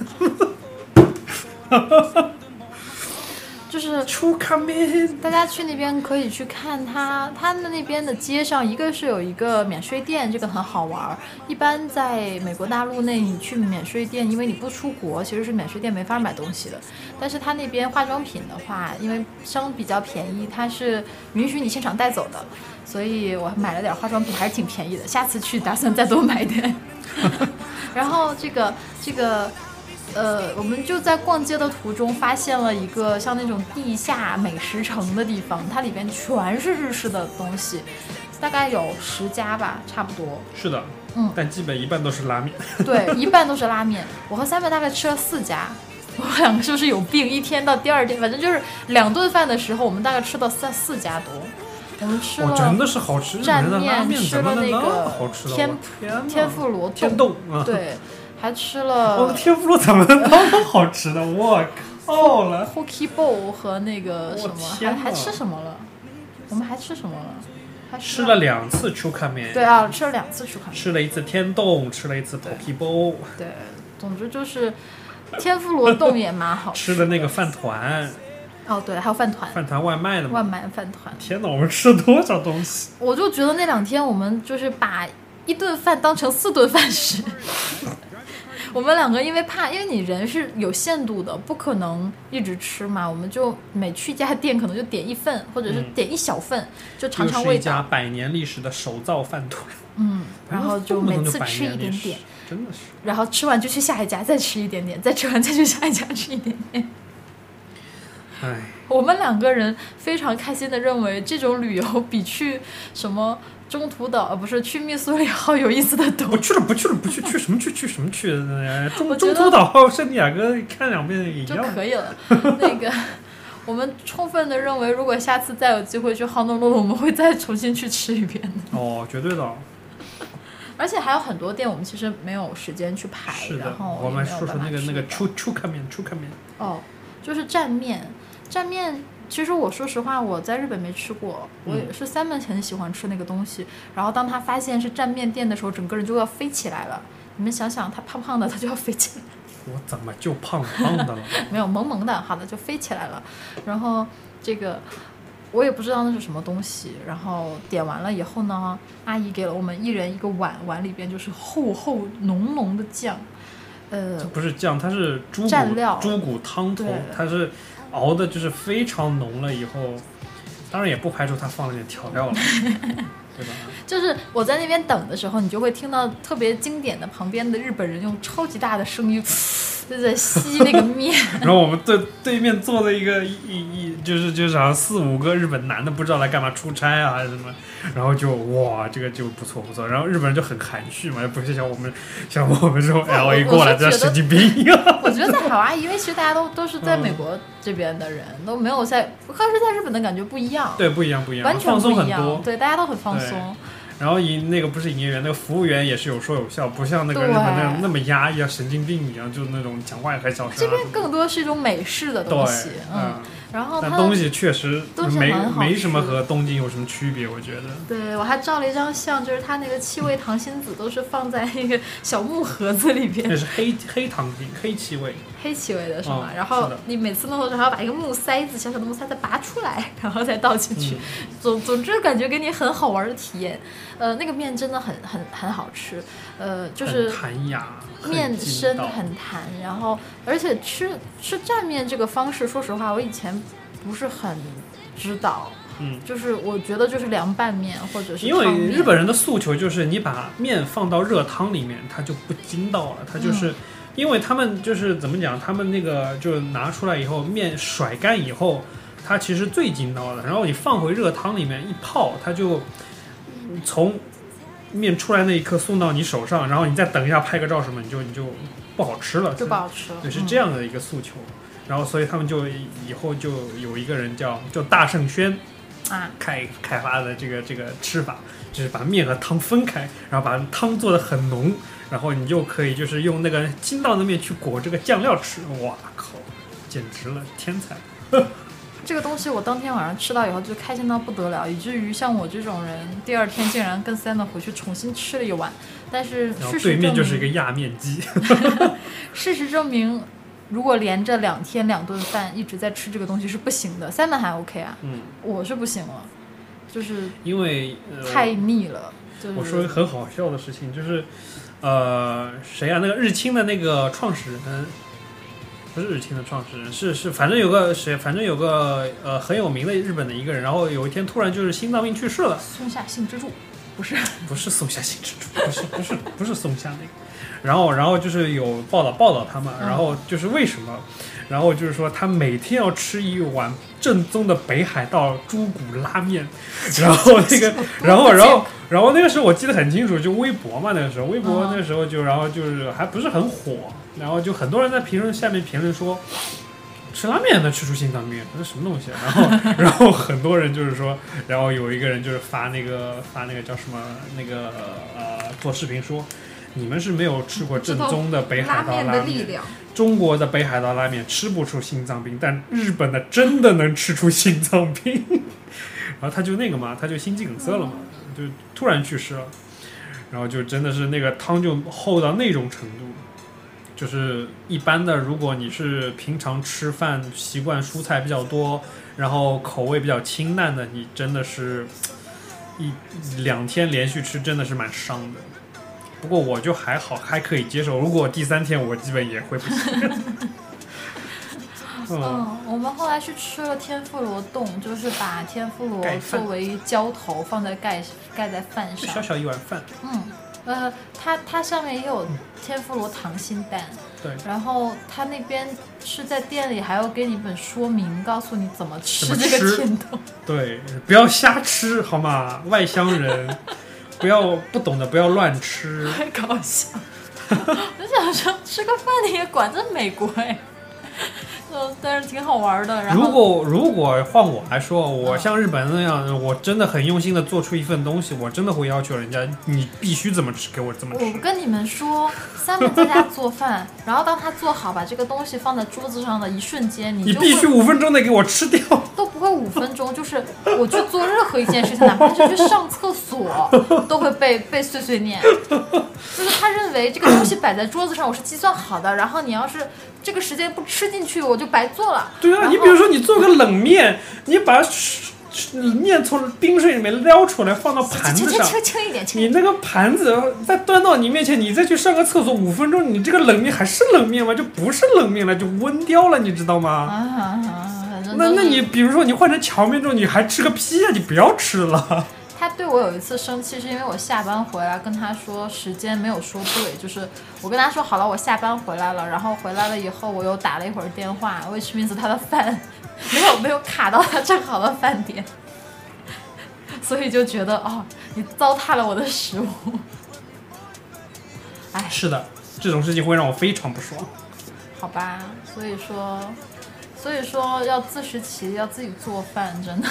就是出卡面。 大家去那边可以去看它，它的那边的街上，一个是有一个免税店，这个很好玩。一般在美国大陆内，你去免税店，因为你不出国，其实是免税店没法买东西的。但是它那边化妆品的话，因为商比较便宜，它是允许你现场带走的，所以我买了点化妆品，还是挺便宜的。下次去打算再多买点。然后这个这个。呃，我们就在逛街的途中发现了一个像那种地下美食城的地方，它里边全是日式的东西，大概有十家吧，差不多。 是的， 嗯， 但基本一半都是拉面。 对，一半都是拉面。我和三妹大概吃了四家，我们两个是不是有病？一天到第二天，反正就是两顿饭的时候，我们大概吃到三四家多。我们吃了、 哦、真的是好吃蘸面， 吃了那个天天妇罗天冻， 嗯、对。还吃了， 我、哦、的天妇罗怎么能那么好吃的？我靠了 ！Poke Bowl 和那个什么，还还吃什么了？我们还吃什么了？还吃了两次秋卡面。 对啊，吃了两次秋卡面。 吃了一次天冻，吃了一次 Poke Bowl。 对，总之就是天妇罗冻也蛮好吃。 吃的那个饭团。 哦，对，还有饭团。 饭团外卖的嘛。 外卖饭团。 天哪，我们吃了多少东西？ 我就觉得那两天我们就是把一顿饭当成四顿饭吃。我们两个因为怕，因为你人是有限度的，不可能一直吃嘛，我们就每去一家店可能就点一份，或者是点一小份，嗯、就尝尝味道。 又是一家百年历史的手造饭团。 嗯，然后就每次吃一点点， 真的是。 然后吃完就去下一家再吃一点点，再吃完再去下一家吃一点点。 唉， 我们两个人非常开心的认为，这种旅游比去什么。中途岛呃不是去密苏里好有意思的多。 不去了不去了不去去什么去去什么去？中中途岛圣地亚哥看两遍也一样就可以了。那个我们充分的认为，如果下次再有机会去哈诺洛，我们会再重新去吃一遍的。 哦，绝对的。 而且还有很多店我们其实没有时间去排。 是的。 然后我们说说那个那个出出卡面出卡面。 哦，就是蘸面，蘸面。其实我说实话，我在日本没吃过，我也是三妹很喜欢吃那个东西、嗯、然后当他发现是蘸面店的时候，整个人就要飞起来了。你们想想，他胖胖的，他就要飞起来。 我怎么就胖胖的了？ 没有，萌萌的，好的就飞起来了。然后这个我也不知道那是什么东西，然后点完了以后呢，阿姨给了我们一人一个碗，碗里边就是厚厚浓浓的酱。呃， 这不是酱，它是猪骨蘸料猪骨汤头，它是熬的就是非常浓了以后，当然也不排除它放了点调料了，对吧？ 就是我在那边等的时候，你就会听到特别经典的旁边的日本人用超级大的声音就在吸那个面。 然后我们对对面坐了一个一一就是就是好像四五个日本男的，不知道来干嘛出差啊还是什么，然后就哇这个就不错不错，然后日本人就很含蓄嘛，不是像我们像我们这种 L A 过来这神经病一样。 我觉得在海外，因为其实大家都都是在美国这边的人，嗯、都没有在，可是在日本的感觉不一样。 对，不一样不一样， 完全不一样。 放松很多， 对，大家都很放松。 然后营那个不是营业员，那个服务员也是有说有笑，不像那个日本那种那么压抑啊，神经病一样，就是那种讲话也很小声、啊。 这边更多是一种美式的东西，嗯。嗯然后但东西确实没没什么和东京有什么区别，我觉得。 对，我还照了一张相，就是它那个气味糖心子都是放在那个小木盒子里边。 那是黑黑糖心，黑气味。 黑气味的是吗？ 哦、 然后你每次弄的时候还要把一个木塞子，小小的木塞子拔出来，然后再倒进去。嗯、总总之感觉给你很好玩的体验。呃，那个面真的很很很好吃，呃，就是弹牙。 面身很弹，然后而且吃吃蘸面这个方式，说实话，我以前不是很知道。 嗯， 就是我觉得就是凉拌面或者是因为日本人的诉求就是你把面放到热汤里面，它就不筋道了，它就是、嗯、因为他们就是怎么讲，他们那个就拿出来以后，面甩干以后，它其实最筋道的，然后你放回热汤里面一泡，它就从面出来那一刻送到你手上，然后你再等一下拍个照什么，你就你就不好吃了， 就不好吃了。 对，是这样的一个诉求。嗯、然后所以他们就以后就有一个人叫叫大圣轩啊， 开开发的这个这个吃法，就是把面和汤分开，然后把汤做得很浓，然后你就可以就是用那个筋道的面去裹这个酱料吃。哇靠，简直了，天才！ 这个东西我当天晚上吃到以后就开心到不得了，以至于像我这种人，第二天竟然跟 Sam 回去重新吃了一碗。但是事实证明，对面就是一个压面机。 事实证明，如果连着两天两顿饭一直在吃这个东西是不行的。Sam 还 OK 啊， 嗯， 我是不行了，就是因为、 呃、太腻了。就是、 我说一个很好笑的事情，就是呃，谁啊？那个日清的那个创始人。不是日清的创始人，是是，反正有个谁，反正有个呃很有名的日本的一个人，然后有一天突然就是心脏病去世了。 松下幸之助，不是， 不是松下幸之助，不是不是不是松下那个，然后然后就是有报道报道他嘛，然后就是为什么，然后就是说他每天要吃一碗正宗的北海道猪骨拉面，然后那个，然后然后然后那个时候我记得很清楚，就微博嘛，那个时候微博那个时候就然后就是还不是很火。然后就很多人在评论下面评论说，吃拉面能吃出心脏病，这是什么东西？然后然后很多人就是说，然后有一个人就是发那个发那个叫什么那个呃做视频说，你们是没有吃过正宗的北海道拉面， 拉面的力量。 中国的北海道拉面吃不出心脏病，但日本的真的能吃出心脏病。然后他就那个嘛，他就心肌梗塞了嘛，就突然去世了。然后就真的是那个汤就厚到那种程度。就是一般的，如果你是平常吃饭习惯蔬菜比较多，然后口味比较清淡的，你真的是一两天连续吃真的是蛮伤的。不过我就还好，还可以接受。如果第三天我基本也会不行。 嗯, 嗯，我们后来去吃了天妇罗冻，就是把天妇罗作为浇头放在盖盖在饭上， 小小一碗饭。 嗯。呃，它它上面也有天妇罗溏心蛋， 对， 然后它那边是在店里还要给你一本说明，告诉你怎么吃这个甜筒。 对，不要瞎吃好吗？外乡人，不要不懂的不要乱吃。 太搞笑！我想说吃个饭你也管这美国哎。呃，但是挺好玩的。然后如果如果换我来说，我像日本人那样、嗯，我真的很用心的做出一份东西，我真的会要求人家，你必须怎么吃，给我这么吃。 我跟你们说，三门在家做饭，然后当他做好，把这个东西放在桌子上的一瞬间，你就你必须五分钟内给我吃掉。 都不会五分钟，就是我去做任何一件事情，哪怕是去上厕所，都会被被碎碎念。就是他认为这个东西摆在桌子上，我是计算好的，然后你要是这个时间不吃进去，我就白做了。 对啊，你比如说你做个冷面，你把面从冰水里面撩出来放到盘子上， 轻轻一点， 你那个盘子再端到你面前，你再去上个厕所五分钟，你这个冷面还是冷面吗？就不是冷面了，就温掉了，你知道吗？ 啊啊啊！ 那那你比如说你换成荞面之后，你还吃个屁啊！你不要吃了。 他对我有一次生气，是因为我下班回来跟他说时间没有说对，就是我跟他说好了，我下班回来了，然后回来了以后我又打了一会儿电话 ，which means 他的饭没有没有卡到他正好的饭点，所以就觉得哦，你糟蹋了我的食物。哎， 是的，这种事情会让我非常不爽。 好吧，所以说，所以说要自食其力，要自己做饭，真的。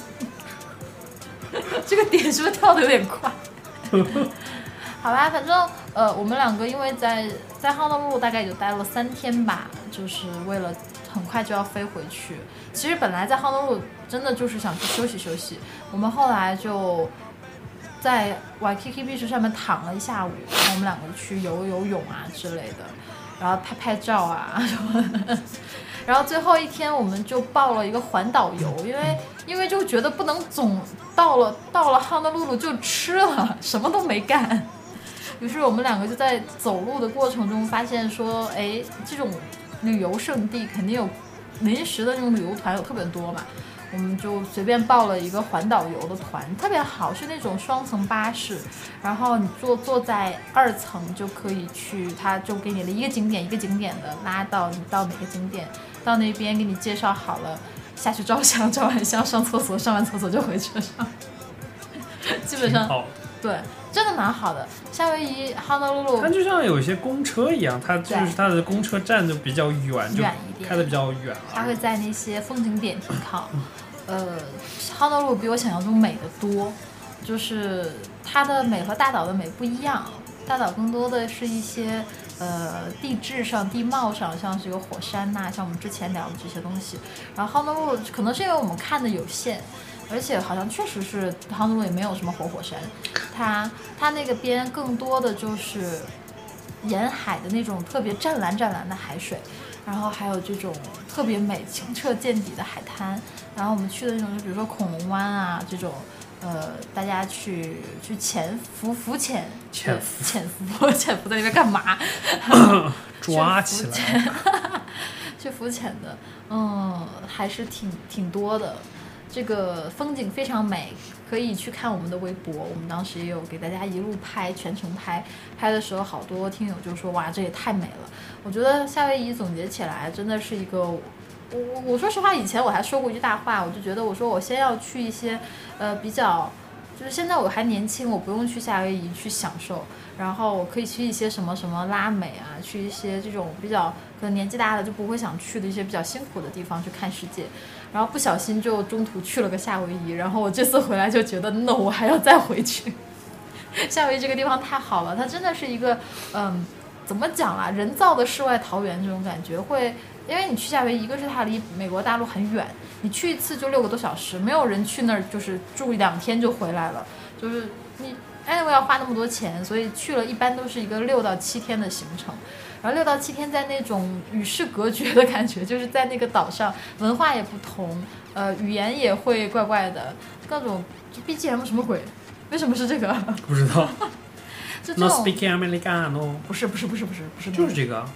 这个点是不是跳得有点快？好吧，反正呃，我们两个因为在在浩诺路大概也就待了三天吧，就是为了很快就要飞回去。其实本来在浩诺路真的就是想去休息休息，我们后来就在 Waikiki Beach 上面躺了一下午，然后我们两个去游游泳啊之类的。然后拍拍照啊什么的，然后最后一天我们就报了一个环岛游，因为因为就觉得不能总到了到了哈纳鲁鲁就吃了，什么都没干。于是我们两个就在走路的过程中发现说，哎，这种旅游胜地肯定有临时的那种旅游团有特别多嘛。我们就随便报了一个环岛游的团，特别好，是那种双层巴士，然后你坐坐在二层就可以去，他就给你了一个景点一个景点的拉到你到哪个景点，到那边给你介绍好了，下去照相，照完相上厕所，上完厕所就回车上，基本上对，真的蛮好的。夏威夷哈纳鲁鲁， 它就像有一些公车一样，它就是它的公车站就比较远， 远一点， 开的比较远， 它会在那些风景点停靠。呃，哈纳鲁鲁比我想象中美的多，就是它的美和大岛的美不一样。大岛更多的是一些呃地质上、地貌上，像是有火山呐、啊，像我们之前聊的这些东西。然后哈纳鲁鲁可能是因为我们看的有限。而且好像确实是哈努鲁也没有什么活火山，它它那个边更多的就是沿海的那种特别湛蓝湛蓝的海水，然后还有这种特别美清澈见底的海滩。然后我们去的那种就比如说恐龙湾啊这种，呃，大家去去潜伏浮潜， 潜伏潜伏潜伏在那边干嘛？ 抓起来， 去浮潜的，嗯，还是挺挺多的。这个风景非常美，可以去看我们的微博，我们当时也有给大家一路拍，全程拍，拍的时候好多听友就说哇这也太美了。我觉得夏威夷总结起来真的是一个，我我说实话以前我还说过一句大话，我就觉得我说我先要去一些呃比较，就是现在我还年轻，我不用去夏威夷去享受，然后我可以去一些什么什么拉美啊，去一些这种比较可能年纪大了就不会想去的一些比较辛苦的地方去看世界。然后不小心就中途去了个夏威夷，然后我这次回来就觉得 no 我还要再回去。夏威夷这个地方太好了，它真的是一个嗯怎么讲啦，人造的世外桃源这种感觉。会因为你去夏威夷，一个是它离美国大陆很远，你去一次就六个多小时，没有人去那儿就是住两天就回来了，就是你 anyway 要花那么多钱，所以去了一般都是一个六到七天的行程。然后六到七天在那种与世隔绝的感觉，就是在那个岛上文化也不同，呃，语言也会怪怪的，各种 B G M 什么鬼？为什么是这个？ 不知道。 就这种 Not speaking Americano。 不是不是不是不是不是， 就是这个。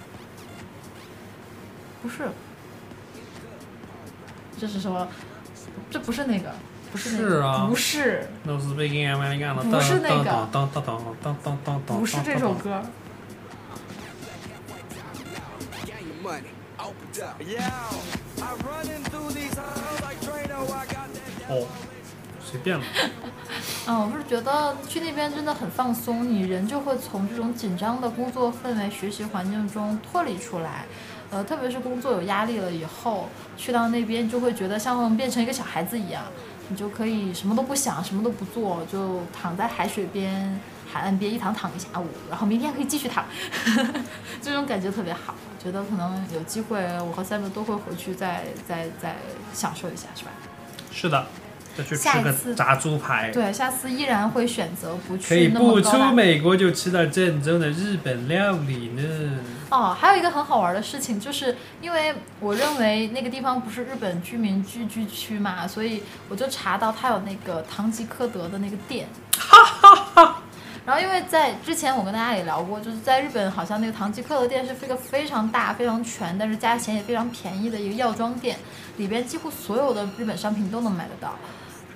不是。这是什么？这不是那个。不是那个。 是啊。 不是。 Not speaking Americano。 不是那个。 当当当当当当当。 不是这首歌。 哦，随便了。 嗯，我是觉得去那边真的很放松，你人就会从这种紧张的工作氛围、学习环境中脱离出来。呃，特别是工作有压力了以后，去到那边就会觉得像变成一个小孩子一样，你就可以什么都不想，什么都不做，就躺在海水边、海岸边一躺躺一下午，然后明天可以继续躺，这种感觉特别好。觉得可能有机会，我和 Sam 都会回去再再再享受一下，是吧？ 是的，再去吃个炸猪排。 对，下次依然会选择不去可以那么高不出美国就吃到正宗的日本料理呢。 哦，还有一个很好玩的事情，就是因为我认为那个地方不是日本居民聚居区嘛，所以我就查到它有那个唐吉诃德的那个店。哈哈哈。然后因为在之前我跟大家也聊过，就是在日本好像那个唐吉诃德店是一个非常大非常全，但是价钱也非常便宜的一个药妆店，里边几乎所有的日本商品都能买得到。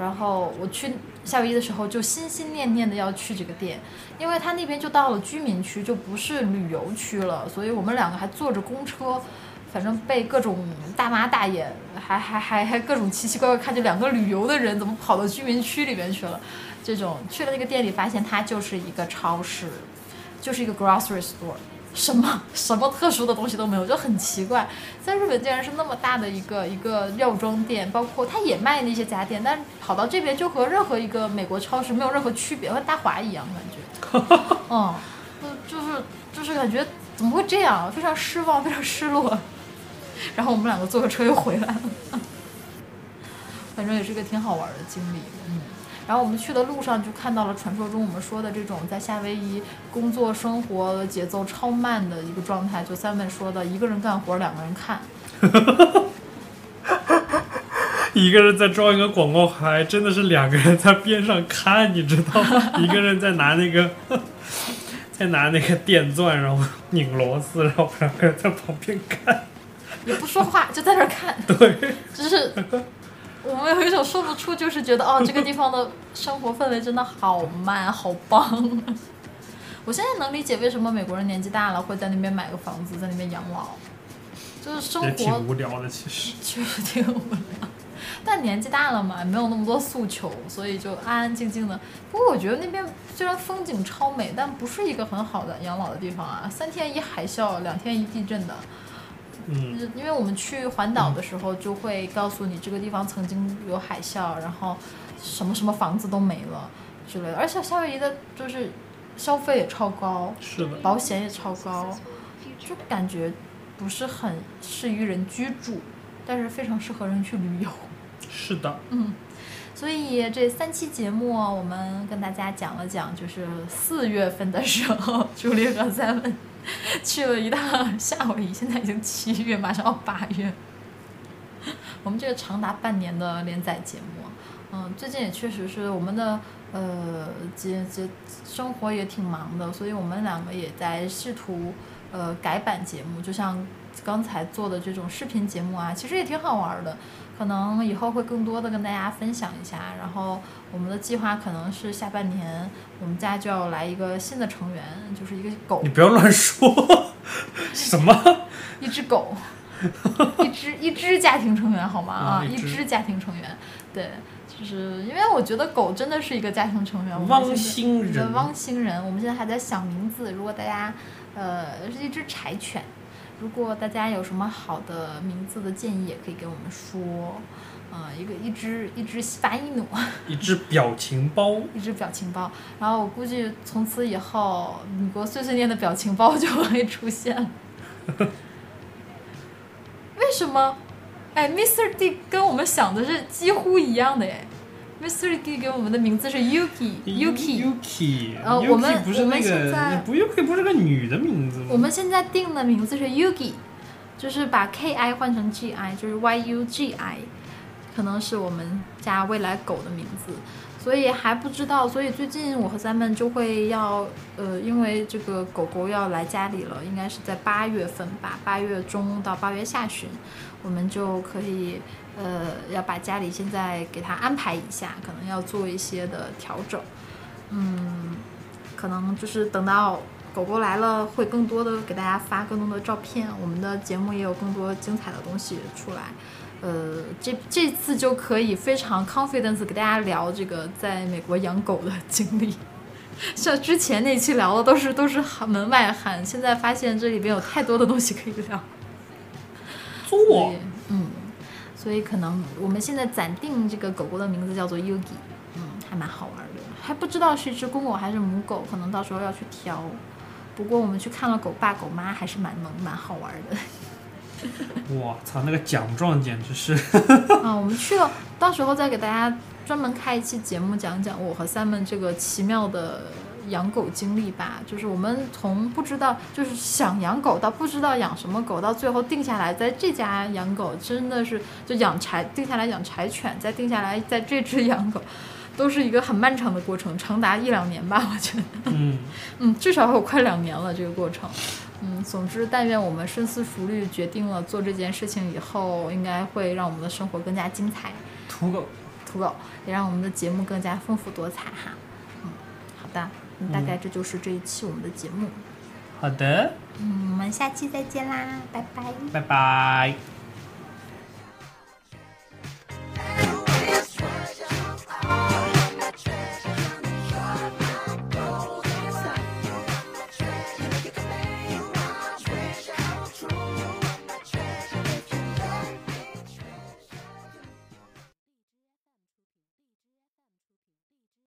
然后我去夏威夷的时候就心心念念的要去这个店，因为它那边就到了居民区，就不是旅游区了，所以我们两个还坐着公车，反正被各种大妈大爷还还还还各种奇奇怪怪看，就两个旅游的人怎么跑到居民区里面去了。这种去了那个店里发现它就是一个超市，就是一个 grocery store， 什么什么特殊的东西都没有，就很奇怪。在日本竟然是那么大的一个一个药妆店，包括它也卖那些家电，但是跑到这边就和任何一个美国超市没有任何区别，和大华一样感觉。嗯，就是就是感觉怎么会这样，非常失望，非常失落。然后我们两个坐个车又回来了，反正也是个挺好玩的经历。嗯。然后我们去的路上就看到了传说中我们说的这种在夏威夷工作生活节奏超慢的一个状态，就Simon说的一个人干活两个人看， 一个人在装一个广告牌，真的是两个人在边上看，你知道吗？一个人在拿那个在拿那个电钻，然后拧螺丝，然后两个人在旁边看， 也不说话就在那看。 对， 就是我们有一种说不出，就是觉得哦，这个地方的生活氛围真的好慢，好棒。我现在能理解为什么美国人年纪大了会在那边买个房子，在那边养老，就是生活也挺无聊的，其实确实挺无聊。但年纪大了嘛，没有那么多诉求，所以就安安静静的。不过我觉得那边虽然风景超美，但不是一个很好的养老的地方啊，三天一海啸，两天一地震的。 嗯， 因为我们去环岛的时候就会告诉你这个地方曾经有海啸，然后什么什么房子都没了之类的，而且夏威夷的就是消费也超高， 是的， 保险也超高，就感觉不是很适于人居住，但是非常适合人去旅游。 是的， 嗯，所以这三期节目我们跟大家讲了讲，就是四月份的时候，朱莉和三文去了一趟夏威夷，现在已经七月，马上要八月。我们这个长达半年的连载节目，嗯，最近也确实是我们的呃节节生活也挺忙的，所以我们两个也在试图呃改版节目，就像刚才做的这种视频节目啊，其实也挺好玩的。可能以后会更多的跟大家分享一下，然后我们的计划可能是下半年我们家就要来一个新的成员，就是一个狗。 你不要乱说，什么？ 一只狗，一只一只家庭成员好吗？啊， 一只家庭成员，对，就是因为我觉得狗真的是一个家庭成员。 汪星人， 汪星人，我们现在还在想名字，如果大家呃是一只柴犬。如果大家有什么好的名字的建议，也可以给我们说。呃，一个一只一只西巴伊努， 一只表情包， 一只表情包。然后我估计从此以后，米国碎碎念的表情包就会出现了。为什么？哎 ，Mister D 跟我们想的是几乎一样的哎。Mister D 给我们的名字是 Yuki，Yuki， 呃， 我们不是那个， 我们现在不 Yuki 不是个女的名字吗？ 我们现在定的名字是 Yugi， 就是把 K I 换成 G I， 就是 Y U G I， 可能是我们家未来狗的名字，所以还不知道。所以最近我和咱们就会要，呃，因为这个狗狗要来家里了，应该是在八月份吧，八月中到八月下旬，我们就可以。呃，要把家里现在给它安排一下，可能要做一些的调整。嗯，可能就是等到狗狗来了，会更多的给大家发更多的照片，我们的节目也有更多精彩的东西出来。呃，这这次就可以非常 confidence 给大家聊这个在美国养狗的经历。像之前那期聊的都是都是门外汉，现在发现这里边有太多的东西可以聊。 做， 嗯。所以可能我们现在暂定这个狗狗的名字叫做 Yugi， 嗯，还蛮好玩的，还不知道是一只公狗还是母狗，可能到时候要去挑。不过我们去看了狗爸狗妈，还是蛮能蛮好玩的。 哇操，那个奖状简直是啊！我们去了，到时候再给大家专门开一期节目，讲讲我和Simon这个奇妙的养狗经历吧。就是我们从不知道就是想养狗到不知道养什么狗，到最后定下来在这家养狗，真的是就养柴定下来养柴犬，再定下来在这只养狗，都是一个很漫长的过程，长达一两年吧，我觉得。 嗯嗯，至少有快两年了这个过程。嗯，总之但愿我们深思熟虑决定了做这件事情以后，应该会让我们的生活更加精彩。 土狗土狗，也让我们的节目更加丰富多彩哈。嗯，好的，嗯，大概这就是这一期我们的节目。 好的， 嗯，我们下期再见啦，拜拜。 拜拜。